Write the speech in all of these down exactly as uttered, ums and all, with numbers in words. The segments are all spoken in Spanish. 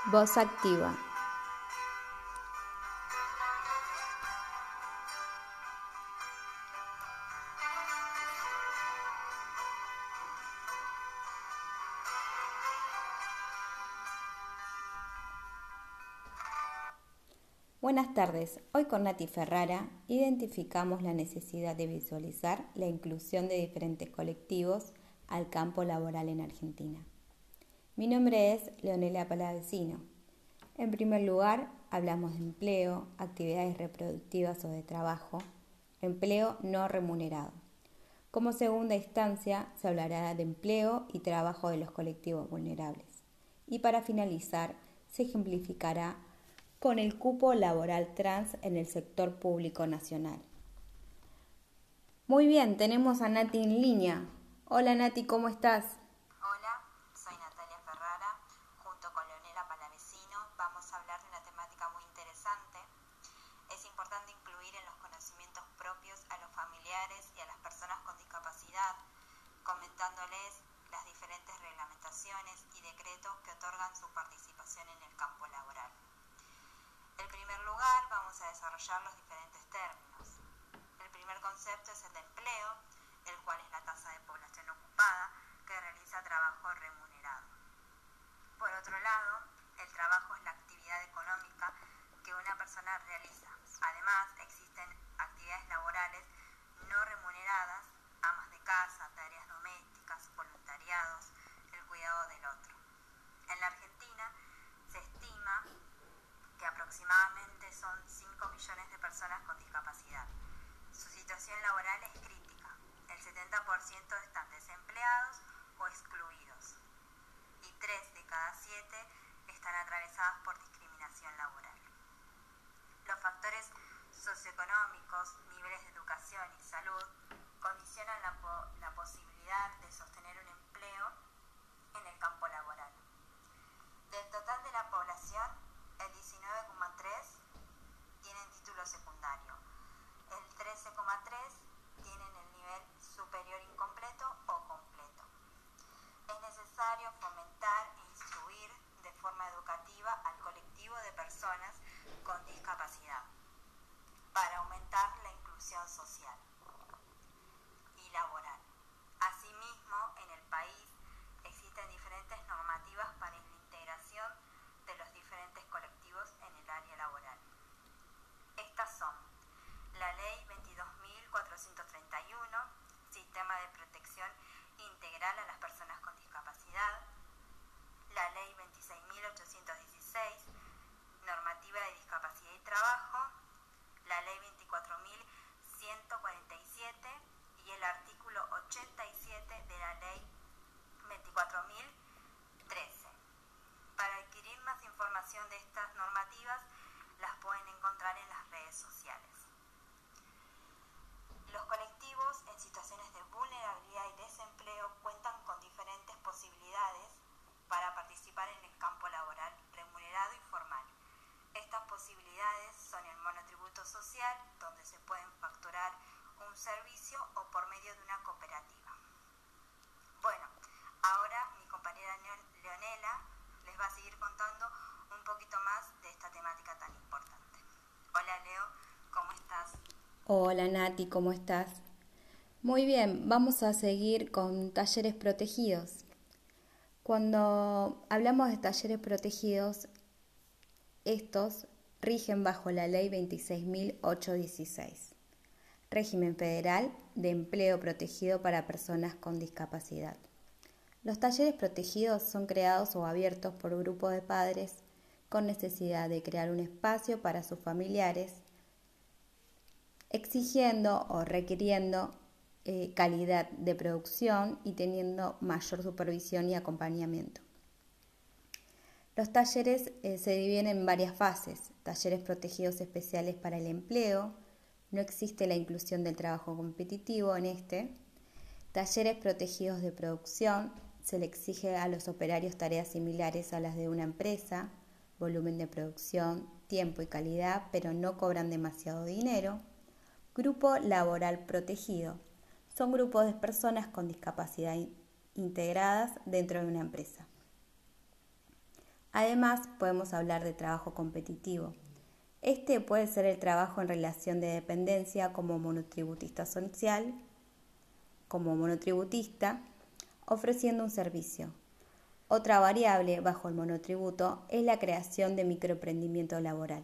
Voz activa. Buenas tardes. Hoy con Nati Ferrara identificamos la necesidad de visualizar la inclusión de diferentes colectivos al campo laboral en Argentina. Mi nombre es Leonela Palavecino. En primer lugar, hablamos de empleo, actividades reproductivas o de trabajo, empleo no remunerado. Como segunda instancia, se hablará de empleo y trabajo de los colectivos vulnerables. Y para finalizar, se ejemplificará con el cupo laboral trans en el sector público nacional. Muy bien, tenemos a Nati en línea. Hola Nati, ¿cómo estás? Hola, soy Natalia Ferrara. Junto con Leonela Palavecino vamos a hablar de una temática muy interesante. Es importante incluir en los conocimientos propios a los familiares y a las personas con discapacidad, comentándoles las diferentes reglamentaciones y decretos que otorgan su participación en el campo laboral. En primer lugar, vamos a desarrollar los diferentes términos. El primer concepto es el de empleo, el cual es la tasa de población ocupada que realiza trabajo remunerado. Por otro lado, el trabajo es la actividad económica que una persona realiza. Además, existen actividades laborales no remuneradas, amas de casa, tareas domésticas, voluntariados, el cuidado del otro. En la Argentina se estima que aproximadamente son cinco millones de personas con discapacidad. Su situación laboral es crítica. El setenta por ciento están desempleados o excluidos y tres de cada siete están atravesadas por discriminación laboral. Los factores socioeconómicos, niveles de educación y salud condicionan la, po- la posibilidad de sostener un empleo en el campo laboral. Del total de la población, el diecinueve coma tres por ciento tienen título secundario, el trece coma tres por ciento tienen el nivel superior incompleto o completo. Es necesario fomentar e instruir de forma educativa al colectivo de personas con discapacidad para aumentar la inclusión social y laboral. Asimismo, en el país existen diferentes normativas para la integración de los diferentes colectivos en el área laboral. Estas son la Ley veintidós mil cuatrocientos treinta y uno, Sistema de Protección Integral a las Personas con Discapacidad, la Ley veintiséis mil ochocientos dieciséis, Normativa de Discapacidad y Trabajo, la Ley veinticuatro mil ciento cuarenta y siete y el artículo ochenta y siete de la Ley veinticuatro mil trece. Para adquirir más información de estas normativas, las pueden encontrar en las redes sociales. Los colectivos en situaciones de vulnerabilidad y desempleo cuentan con diferentes posibilidades para participar en el campo laboral remunerado y formal. Estas posibilidades son el monotributo social, donde se pueden facturar un servicio o por medio de una cooperativa. Bueno, ahora mi compañera Leonela les va a seguir contando un poquito más de esta temática tan importante. Hola Leo, ¿cómo estás? Hola Nati, ¿cómo estás? Muy bien, vamos a seguir con talleres protegidos. Cuando hablamos de talleres protegidos, estos rigen bajo la Ley veintiséis mil ochocientos dieciséis, Régimen Federal de Empleo Protegido para Personas con Discapacidad. Los talleres protegidos son creados o abiertos por grupos de padres con necesidad de crear un espacio para sus familiares, exigiendo o requiriendo eh, calidad de producción y teniendo mayor supervisión y acompañamiento. Los talleres eh, se dividen en varias fases: talleres protegidos especiales para el empleo, no existe la inclusión del trabajo competitivo en este; talleres protegidos de producción, se le exige a los operarios tareas similares a las de una empresa, volumen de producción, tiempo y calidad, pero no cobran demasiado dinero. Grupo laboral protegido, son grupos de personas con discapacidad integradas dentro de una empresa. Además, podemos hablar de trabajo competitivo. Este puede ser el trabajo en relación de dependencia como monotributista social, como monotributista, ofreciendo un servicio. Otra variable bajo el monotributo es la creación de microemprendimiento laboral.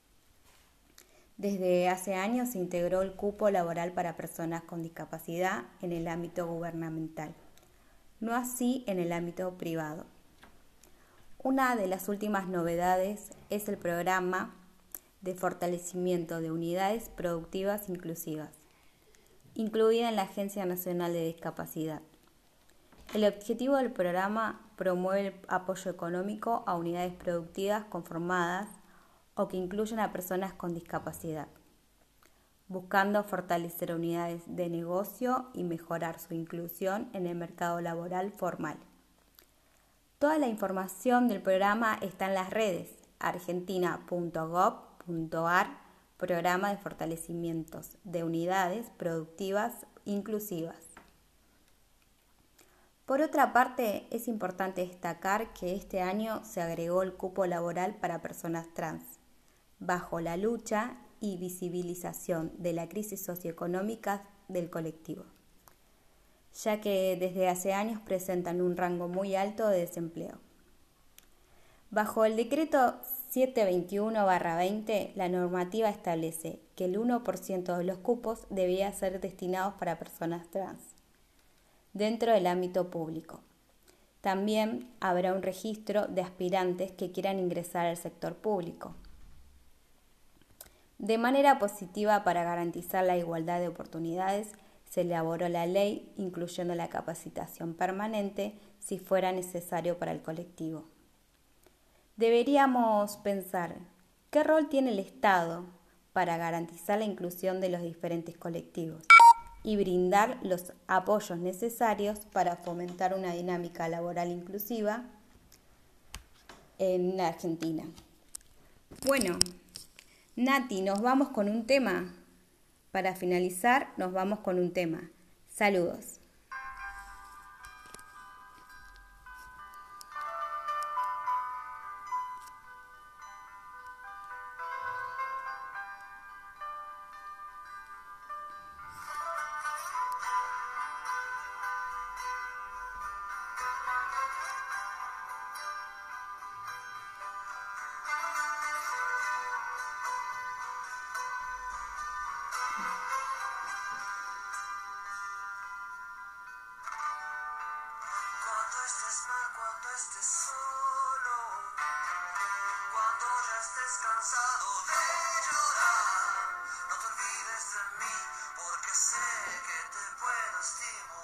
Desde hace años se integró el cupo laboral para personas con discapacidad en el ámbito gubernamental, no así en el ámbito privado. Una de las últimas novedades es el programa de fortalecimiento de unidades productivas inclusivas, incluida en la Agencia Nacional de Discapacidad. El objetivo del programa promueve el apoyo económico a unidades productivas conformadas o que incluyan a personas con discapacidad, buscando fortalecer unidades de negocio y mejorar su inclusión en el mercado laboral formal. Toda la información del programa está en las redes argentina punto gob punto ar, Programa de Fortalecimientos de Unidades Productivas Inclusivas. Por otra parte, es importante destacar que este año se agregó el cupo laboral para personas trans, bajo la lucha y visibilización de la crisis socioeconómica del colectivo, ya que desde hace años presentan un rango muy alto de desempleo. Bajo el decreto setecientos veintiuno barra veinte, la normativa establece que el uno por ciento de los cupos debía ser destinados para personas trans dentro del ámbito público. También habrá un registro de aspirantes que quieran ingresar al sector público. De manera positiva, para garantizar la igualdad de oportunidades, se elaboró la ley incluyendo la capacitación permanente si fuera necesario para el colectivo. Deberíamos pensar, ¿qué rol tiene el Estado para garantizar la inclusión de los diferentes colectivos y brindar los apoyos necesarios para fomentar una dinámica laboral inclusiva en Argentina? Bueno, Nati, nos vamos con un tema. Para finalizar, nos vamos con un tema. Saludos. Cuando estés solo, cuando ya estés cansado de llorar, no te olvides de mí, porque sé que te puedo estimular.